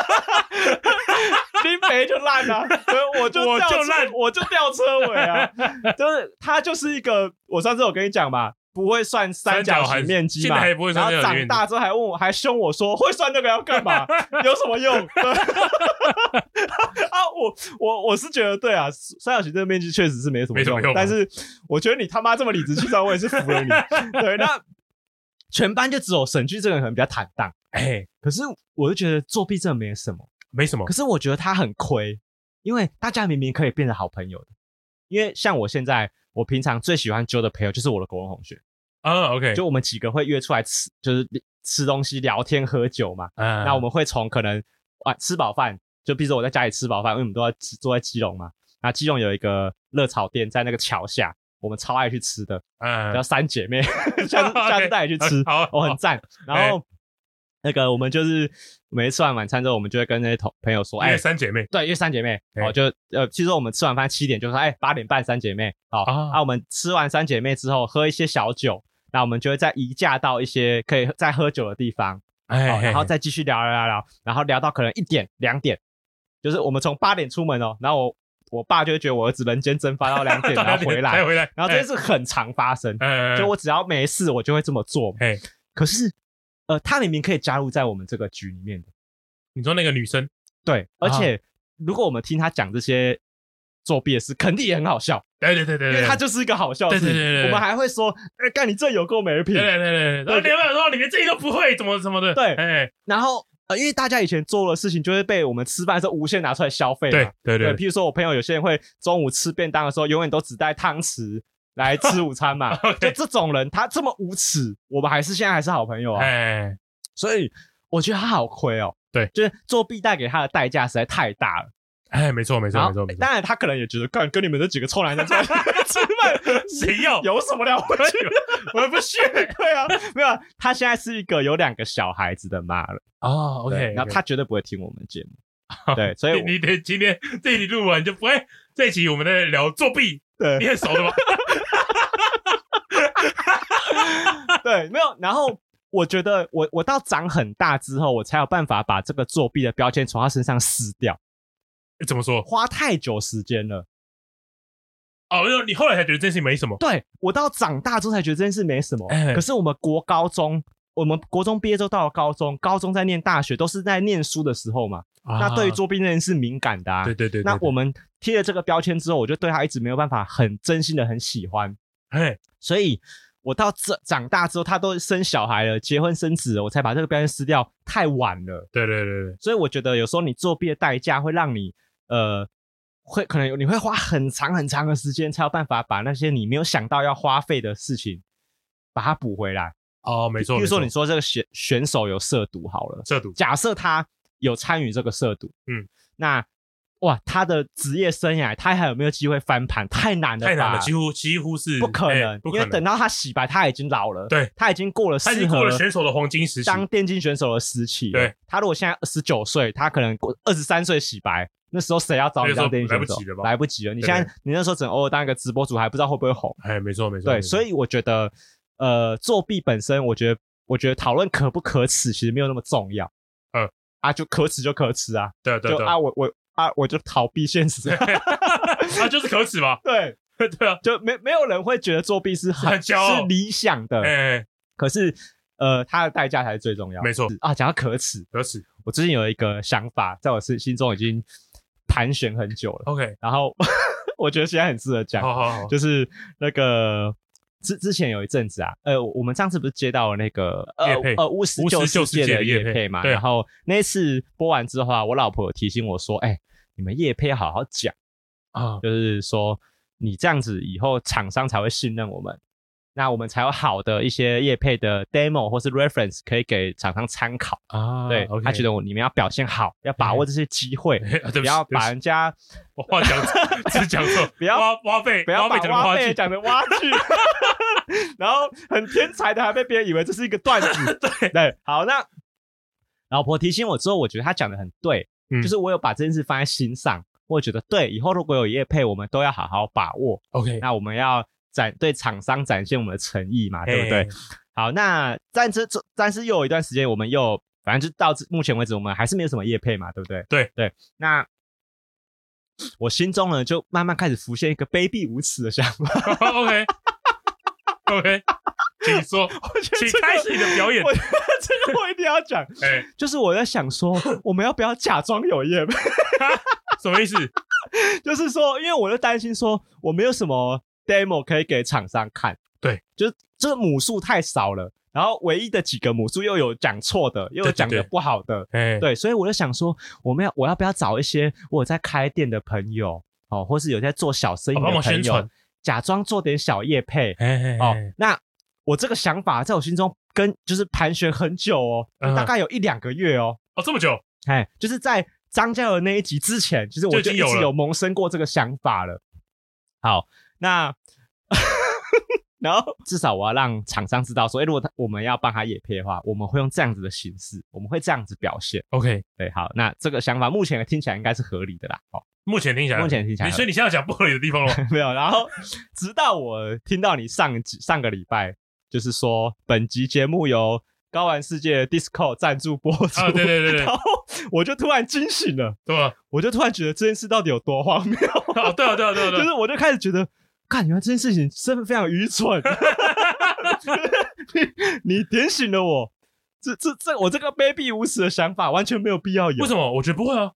林北就烂了，我就烂，我就掉车尾啊。就是他就是一个，我上次有跟你讲嘛。 不会算三角形面积嘛， 现在还不会算三角形面积， 然后长大之后还问我，还凶我说会算那个要干嘛？有什么用？我是觉得对啊，三角形这个面积确实是没什么用，但是我觉得你他妈这么理直气壮，我也是服了你。对，那全班就只有沈巨这个人可能比较坦荡，可是我就觉得作弊真的没什么，可是我觉得他很亏，因为大家明明可以变成好朋友的，因为像我现在，我平常最喜欢揪的朋友就是我的国文同学。 OK， 就我们几个会约出来吃，就是吃东西、聊天、喝酒嘛。那我们会从可能吃饱饭，就比如说我在家里吃饱饭，因为我们都要坐在基隆嘛。那基隆有一个热炒店，在那个桥下，我们超爱去吃的，叫三姐妹，下次带你去吃，很赞。然后那个我们就是每次吃完晚餐之后，我们就会跟那些朋友说， 约三姐妹， 对，约三姐妹。其实我们吃完饭7点就说，8点半三姐妹，我们吃完三姐妹之后，喝一些小酒。那我们就会再移驾到一些可以再喝酒的地方，然后再继续聊，然后聊到可能1点2点，就是我们从8点出门哦，然后我爸就会觉得我儿子人间蒸发到2点，然后回来，然后这件事很常发生，就我只要没事，我就会这么做。可是他明明可以加入在我们这个局里面的， 你说那个女生， 对，而且如果我们听他讲这些作弊的事，肯定也很好笑。 对， 因为他就是一个好笑的事。对，我们还会说，干你这有够没品。对， 然后你有没有说你连这都不会，怎么的？ 对，然后因为大家以前做的事情，就会被我们吃饭的时候无限拿出来消费嘛。对，譬如说我朋友有些人会中午吃便当的时候，永远都只带汤匙来吃午餐嘛。就这种人，他这么无耻，我们现在还是好朋友啊。所以我觉得他好亏哦。 对， 就是作弊带给他的代价实在太大了。 没错。 当然，他可能也觉得，跟你们这几个臭男生吃饭， 谁要有什么了不起？ 我不屑。 对啊，没有，他现在是一个有2个小孩子的妈了。 OK， 然后他绝对不会听我们节目。对，所以你今天这一集录完就不会，这一集我们在聊作弊， 对， 你很熟的吗？ 对，没有。然后我觉得我到长很大之后，我才有办法把这个作弊的标签从他身上撕掉。 怎么说？ 花太久时间了。 你后来才觉得这件事没什么。 对，我到长大之后才觉得这件事没什么。可是我们国中毕业之后到了高中在念大学，都是在念书的时候嘛。那对于作弊这件事敏感的啊。 对。 那我们贴了这个标签之后，我就对他一直没有办法很真心的很喜欢。所以我到长大之后，他都生小孩了，结婚生子了，我才把这个标签撕掉，太晚了。 对。 所以我觉得有时候你作弊的代价会让你可能你会花很长的时间，才有办法把那些你没有想到要花费的事情把它补回来。 没错。 比如说你说这个选手有涉赌好了，假设他有参与这个涉赌，那他的职业生涯他还有没有机会翻盘？太难了吧， 太难了，几乎是不可能，因为等到他洗白，他已经老了， 对， 他已经过了选手的黄金时期， 当电竞选手的时期。 对， 他如果现在19岁，他可能23岁洗白，那时候谁要找你当电竞选手？来不及了。你现在你那时候只能偶尔当一个直播主，还不知道会不会红。 没错。 对，所以我觉得作弊本身，我觉得讨论可不可耻，其实没有那么重要。就可耻就可耻啊。 对。 我就逃避现实。 就是可耻嘛。 对啊，就没有人会觉得作弊是很骄傲、是理想的。可是它的代价才是最重要的。 没错讲到可耻，我最近有一个想法，在我心中已经盘旋很久了。 OK， 然后我觉得现在很适合讲。 好， 就是那个之前有一阵子啊，我们上次不是接到了那个巫师救世界的业配嘛？然后那一次播完之后啊，我老婆有提醒我说，你们业配要好好讲就是说你这样子以后厂商才会信任我们，那我们才有好的一些业配的 demo 或是 reference 可以给厂商参考对，他觉得你们要表现好，要把握这些机会，不要把人家话讲错， 不要挖费讲的挖去然后很天才的还被别人以为这是一个段子。对，好，那老婆提醒我之后，我觉得他讲的很对，就是我有把这件事放在心上，我觉得对，以后如果有业配，我们都要好好把握。 OK， 那我们要对厂商展现我们的诚意嘛，对不对？好，那但是又有一段时间，我们又反正就到目前为止，我们还是没有什么业配嘛，对不对？对，那我心中呢就慢慢开始浮现一个卑鄙无耻的想法。 OK， 请说，请开始你的表演。 我觉得这个我一定要讲，就是我在想说，我们要不要假装有业配？ 什么意思？ 就是说，因为我就担心说，我没有什么 demo 可以给厂商看， 对， 就是这个母数太少了。然后唯一的几个母数又有讲错的，又有讲的不好的，对，所以我就想说，我要不要找一些我在开店的朋友，或是有在做小生意的朋友，假装做点小业配，那我这个想法在我心中就是盘旋很久哦，大概有1-2个月哦， 这么久， 就是在张嘉伦那一集之前，其实我就一直有萌生过这个想法了。好，那。然后至少我要让厂商知道说，如果我们要帮他业配的话，我们会用这样子的形式，我们会这样子表现。 OK， 对，好，那这个想法目前听起来应该是合理的啦。 目前听起来，所以你现在讲不合理的地方了吗？ 没有，然后直到我听到你上个礼拜就是说本集节目由高玩世界 Discord 赞助播出， 对， 然后我就突然惊醒了， 对吧？ 我就突然觉得这件事到底有多荒谬。 对啊， 就是我就开始觉得。看，原来这件事情真的非常愚蠢。你点醒了我，我这个卑鄙无耻的想法完全没有必要有。 为什么？我觉得不会啊。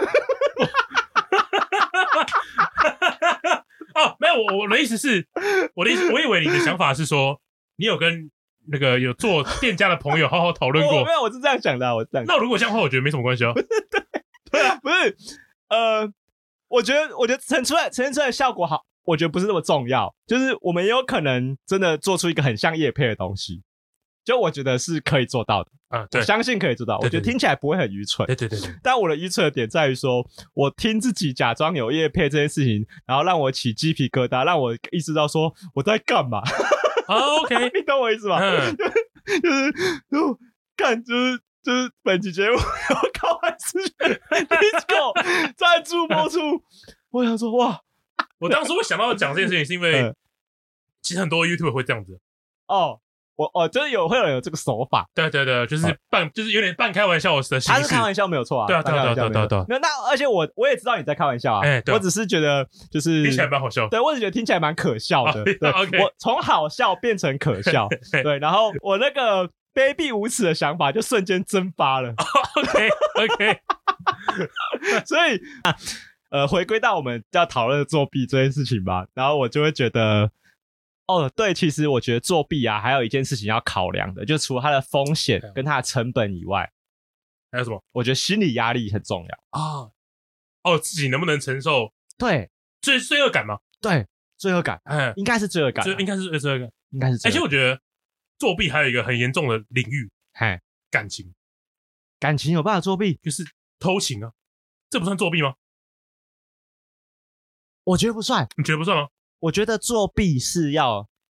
没有，我的意思是，我以为你的想法是说，你有跟那个有做店家的朋友好好讨论过。 没有，我是这样想的，我这样。 那如果这样的话，我觉得没什么关系啊。 对啊，不是，我觉得呈现出来的效果好。我觉得不是那么重要，就是我们也有可能真的做出一个很像业配的东西，就我觉得是可以做到的对， 我相信可以做到。我觉得听起来不会很愚蠢， 对。 但我的愚蠢的点在于说，我听自己假装有业配这件事情，然后让我起鸡皮疙瘩，让我意识到说我在干嘛。 OK， 你懂我意思吗？就是本期节目有高玩世界 Discord 赞助播出，我想说哇。 我当时会想到讲这件事情，是因为其实很多 YouTuber 会这样子就是会有人有这个手法， 对，就是有点半开玩笑的形式， 他是开玩笑没有错啊， 对。 那而且我也知道你在开玩笑啊，我只是觉得就是听起来蛮好笑， 对，我只觉得听起来蛮可笑的，对， okay 我从好笑变成可笑，对，然后我那个卑鄙无耻的想法就瞬间蒸发了 ，OK， 所以回归到我们要讨论作弊这件事情吧，然后我就会觉得，对，其实我觉得作弊啊，还有一件事情要考量的，就除了它的风险跟它的成本以外， 还有什么？ 我觉得心理压力很重要自己能不能承受？ 对， 罪恶感吗？ 对，罪恶感，应该是罪恶感， 应该是罪恶感， 应该是罪恶感。 而且我觉得作弊还有一个很严重的领域，感情有办法作弊， 就是偷情啊，这不算作弊吗？ 我觉得不算， 你觉得不算吗？ 我觉得作弊是因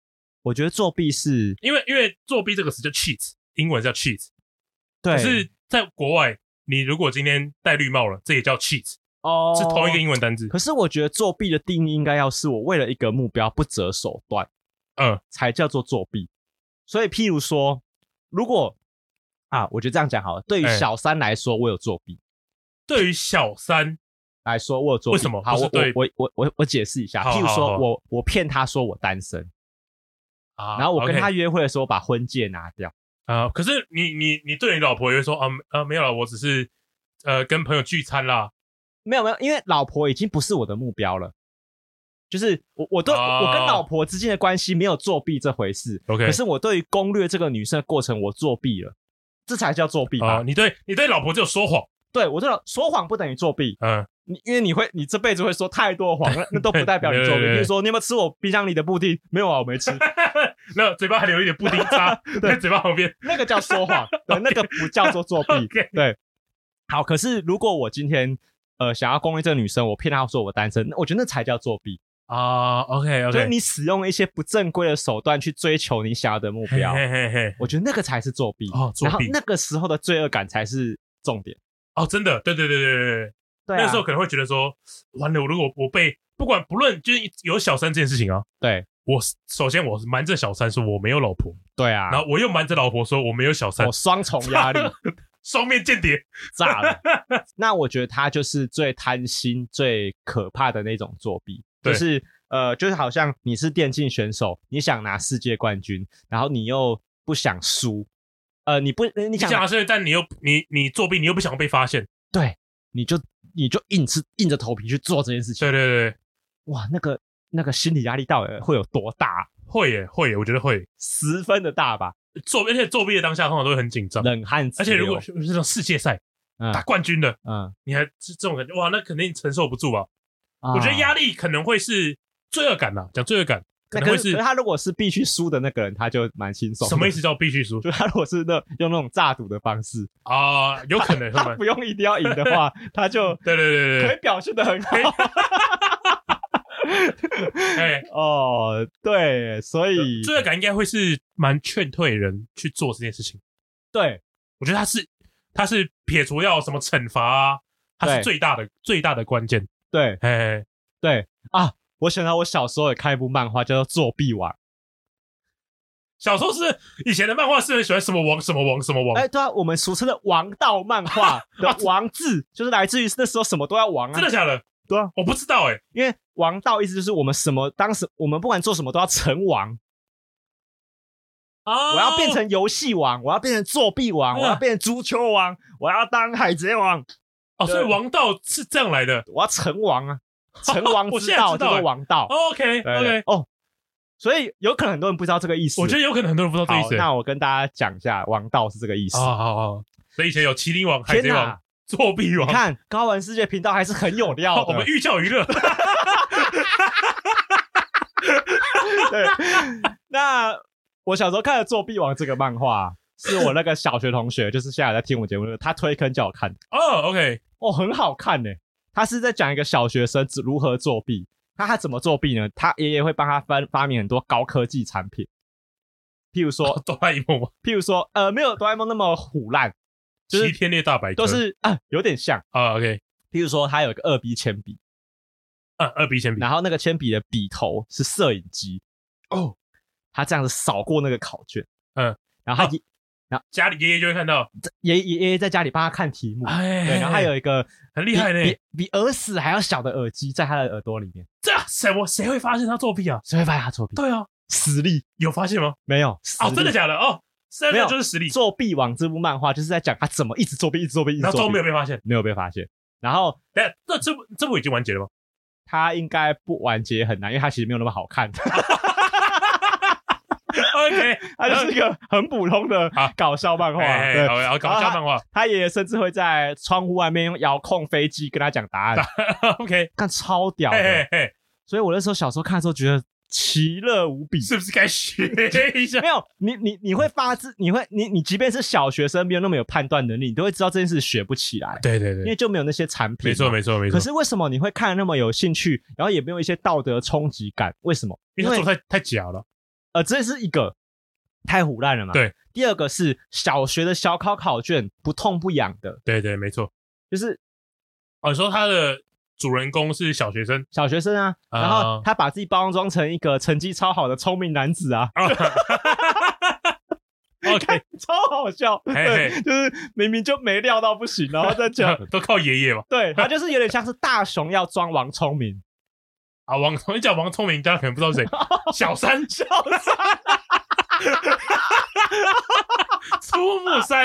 为作弊这个词叫 cheat， 英文叫 cheat， 对。 可是在国外，你如果今天戴绿帽了，这也叫 cheat， 是同一个英文单字。 可是我觉得作弊的定义应该要是我为了一个目标不择手段，才叫做作弊。所以譬如说，如果我觉得这样讲好了，对于小三来说，我有作弊。 对于小三来说，我有作弊。 为什么？ 好，我解释一下。譬如说我骗他说我单身然后我跟他约会的时候把婚戒拿掉可是你对你老婆也会说没有了，我只是跟朋友聚餐啦。 没有，因为老婆已经不是我的目标了。就是我跟老婆之间的关系没有作弊这回事。 OK， 可是我对于攻略这个女生的过程，我作弊了，这才叫作弊吧？ 你对老婆只有说谎。 对，我知道说谎不等于作弊。因为你这辈子会说太多谎，那都不代表你作弊。比如说，你有没有吃我冰箱里的布丁？没有啊，我没吃。 那嘴巴还留一点布丁渣在嘴巴旁边， 那个叫说谎，对，那个不叫做作弊。 Okay. 对，好，可是如果我今天想要攻略这个女生，我骗她说我单身，我觉得那才叫作弊 OK， 就是你使用一些不正规的手段去追求你想要的目标，我觉得那个才是作弊。然后那个时候的罪恶感才是重点。 真的，对，那个时候可能会觉得说，完了，如果我被不论就是有小三这件事情啊， 对， 首先我瞒着小三说我没有老婆， 对啊， 然后我又瞒着老婆说我没有小三， 我双重压力， 双面间谍， 炸了。那我觉得他就是最贪心、最可怕的那种作弊，就是就是好像你是电竞选手，你想拿世界冠军，然后你又不想输，你想拿世界，但你作弊，你又不想被发现， 对，你就硬着头皮去做这件事情。 对对对， 哇，那个心理压力到底会有多大？ 会耶，我觉得会 10分的大吧。 而且作弊的当下通常都会很紧张， 冷汗直流。 而且如果是这种世界赛打冠军的，你还这种感觉，哇，那肯定承受不住啊。我觉得压力可能会是罪恶感呐，讲罪恶感，可能会是。 可是他如果是必须输的那个人，他就蛮轻松。 什么意思叫必须输？ 就他如果是用那种诈赌的方式啊，有可能他不用一定要赢的话，他就对可以表现得很好。哦，对，所以罪恶感应该会是蛮劝退人去做这件事情。对，我觉得他是撇除要什么惩罚啊，他是最大的关键。 对，对啊，我想到我小时候也看一部漫画叫做《作弊王》。 小时候是以前的漫画是很喜欢什么王什么王什么王， 对啊，我们俗称的王道漫画的王字，就是来自于那时候什么都要王啊。 真的假的？ 对啊， 我不知道因为王道意思就是我们当时我们不管做什么都要成王。我要变成游戏王，我要变成作弊王，我要变成足球王，我要当海贼王。 所以王道是这样来的。 我要成王啊，成王之道叫做王道。 OK， 所以有可能很多人不知道这个意思。 我觉得有可能很多人不知道这个意思。 那我跟大家讲一下，王道是这个意思。 好。所以以前有麒麟王、海贼王、作弊王。 你看高玩世界频道还是很有料的。 我们寓教于乐。 对，那我小时候看的《作弊王》这个漫画，是我那个小学同学，就是现在在听我节目，他推坑叫我看的。 OK， 很好看耶。他是在讲一个小学生如何作弊。他怎么作弊呢？他爷爷会帮他发明很多高科技产品，譬如说哆啦 A 梦吗？ 譬如说没有哆啦 A 梦那么唬烂，就是齐天烈大百科都是有点像 OK。 譬如说他有一个2B 铅笔 ，2B 铅笔， 然后那个铅笔的笔头是摄影机他这样子扫过那个考卷，然后然后家里爷爷就会看到， 爷爷在家里帮他看题目，对，然后还有一个很厉害呢， 比耳屎还要小的耳机在他的耳朵里面。 这谁会发现他作弊啊？ 谁会发现他作弊？ 对啊， 实力有发现吗？ 没有真的假的？没有，就是实力。 作弊王这部漫画就是在讲他怎么一直作弊， 然后最后没有被发现， 没有被发现。然后， 这部已经完结了吗？ 他应该不完结很难，因为他其实没有那么好看。 OK， 他就是一个很普通的搞笑漫画。对， 搞笑漫画。 他爷爷甚至会在窗户外面用遥控飞机跟他讲答案。 OK， 看超屌的。所以我那时候小时候看的时候觉得其乐无比， 是不是该学一下？ 没有，你会发自，你即便是小学生没有那么有判断能力，你都会知道这件事学不起来。 对，因为就没有那些产品。 没错。 可是为什么你会看得那么有兴趣，然后也没有一些道德冲击感？为什么？ 因为他做太假了。 这是一个太唬烂了嘛。 对。 第二个是小学的小考卷不痛不痒的。 对，没错。 就是你说他的主人公是小学生啊，然后他把自己包装成一个成绩超好的聪明男子啊。 OK， 超好笑。对，就是明明就没料到不行，然后再讲都靠爷爷嘛。 对，他就是有点像是大雄要装王聪明啊。你讲王聪明，大家可能不知道是谁。小三。出木山。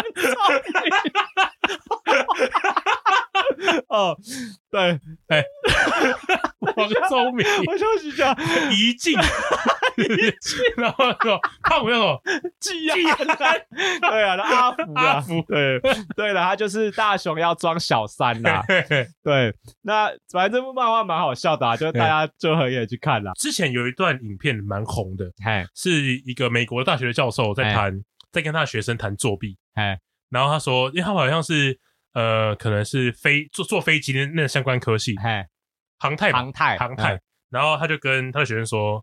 对， 王聪明， 我休息一下。 一进，然后胖虎那种季安， 对啊，阿福，对了，他就是大雄要装小三啦。对，那反正这部漫画蛮好笑的就大家就很愿意去看啦。 之前有一段影片蛮红的，是一个美国大学的教授在跟他的学生谈作弊，然后他说，因为他们好像是可能是坐飞机的那相关科系，航太，然后他就跟他的学生说，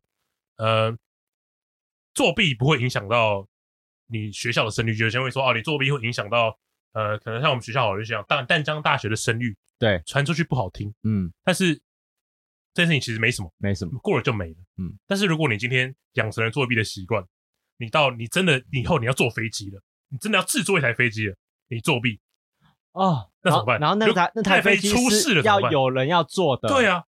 作弊不会影响到你学校的声誉，有些人会说你作弊会影响到可能像我们学校好了就像淡江大学的声誉， 对， 传出去不好听，但是这件事情其实没什么，过了就没了，但是如果你今天养成了作弊的习惯，你真的以后你要坐飞机了，你真的要制作一台飞机了，你作弊那怎么办？ 然后那台飞机出事了， 要有人要做的。 对啊，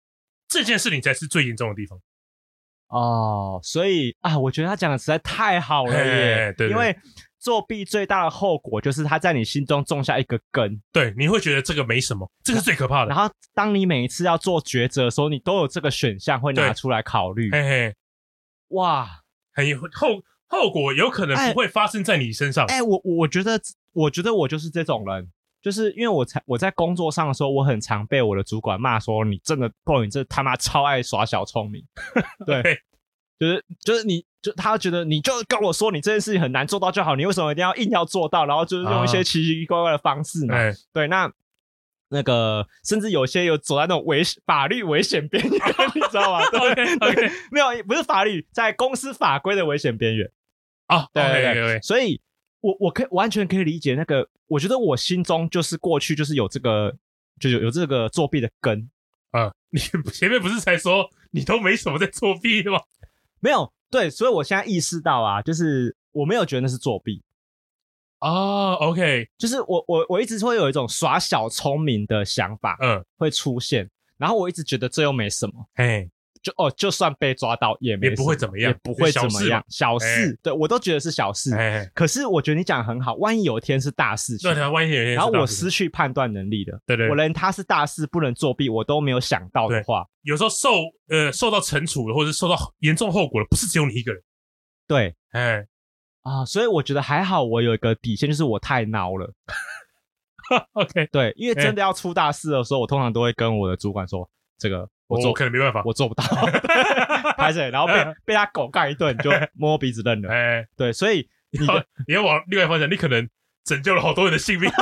这件事情才是最严重的地方。 哦，所以啊，我觉得他讲的实在太好了耶， 对， 因为作弊最大的后果就是他在你心中种下一个根， 对，你会觉得这个没什么，这个是最可怕的。 然后当你每一次要做抉择的时候，你都有这个选项会拿出来考虑， 嘿嘿， 哇， 很后果有可能不会发生在你身上。 我觉得我就是这种人。就是因为我在工作上的时候，我很常被我的主管骂说你真的不，你这他妈超爱耍小聪明，对，就是他觉得你就跟我说你这件事情很难做到就好，你为什么一定要硬要做到，然后就是用一些奇奇怪怪的方式嘛，对，那个甚至有些有走在那种法律危险边缘，你知道吗？对，没有，不是法律，在公司法规的危险边缘啊， 对，所以。我完全可以理解那个，我觉得我心中就是过去就是有这个，就有这个作弊的根啊。你前面不是才说你都没什么在作弊吗？ 没有，对，所以我现在意识到啊，就是我没有觉得那是作弊啊。OK， 就是我一直会有一种耍小聪明的想法，会出现，然后我一直觉得这又没什么， 嘿。 就算被抓到也不会怎么样， 也不会怎么样，小事，对我都觉得是小事。可是我觉得你讲得很好，万一有一天是大事情， 对，万一有一天， 然后我失去判断能力了， 对， 我连他是大事不能作弊，我都没有想到的话， 有时候受到惩处的，或者受到严重后果的，不是只有你一个人。 对，所以我觉得还好，我有一个底线，就是我太孬了。 OK， 对，因为真的要出大事的时候，我通常都会跟我的主管说，这个。 我可能没办法， 我做不到，拍谁？然后被他狗干一顿，就摸鼻子认了。对，所以你要往另外一方向，你可能拯救了好多人的性命。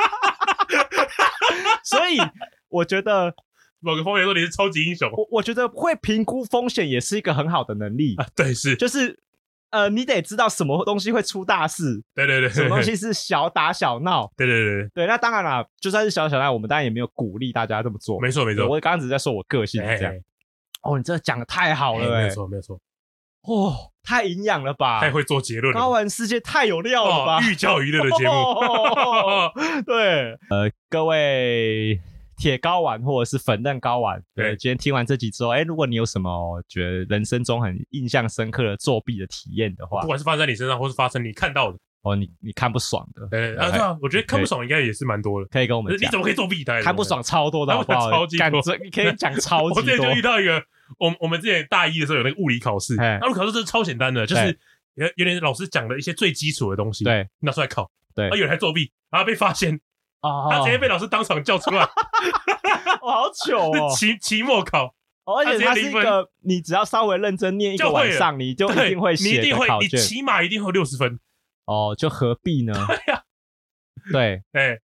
所以我觉得某个方面说你是超级英雄。 我觉得会评估风险也是一个很好的能力。 对，是， 就是你得知道什么东西会出大事， 对， 什么东西是小打小闹，对，那当然啦，就算是小闹，我们当然也没有鼓励大家这么做， 没错， 我刚刚只是在说我个性是这样。你这讲的太好了， 没错， 太营养了吧， 太会做结论了， 高玩世界太有料了吧， 寓教于乐的节目。 对，各位铁睾丸或者是粉嫩睾丸，对，今天听完这集之后，如果你有什么觉得人生中很印象深刻的作弊的体验的话， 不管是发生在你身上，或是发生你看到的， 你看不爽的， 对啊，我觉得看不爽应该也是蛮多的， 可以跟我们讲， 你怎么可以作弊？ 看不爽超多的，好不好？ 超级多， 你可以讲超级多。 我之前就遇到一个，我们之前大一的时候有那个物理考试，物理考试真的超简单的，就是有点老师讲的一些最基础的东西， 对， 拿出来考， 对， 有人还作弊，然后被发现。他直接被老师当场叫出来， 好糗哦！ 期末考， 而且他是一个，你只要稍微认真念一个晚上，你就一定会写的考卷， 你起码一定会60分。 就何必呢？对，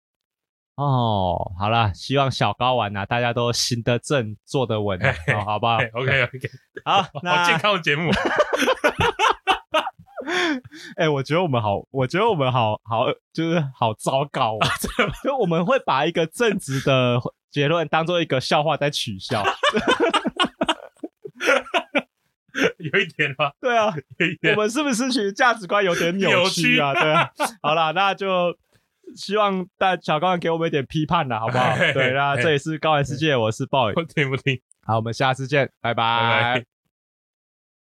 好啦，希望小睾丸大家都行得正，坐得稳，好不好 ？OK， 好，那健康的节目。 我觉得我们好，就是好糟糕哦。就我们会把一个正直的结论当做一个笑话在取笑。 有一点吗？ 对啊，我们是不是其实价值观有点扭曲啊？对啊。好啦，那就希望小睾丸给我们一点批判啦，好不好？对，那这里是睾丸世界，我是鲍宇， 我听不听？ 好，我们下次见，拜拜。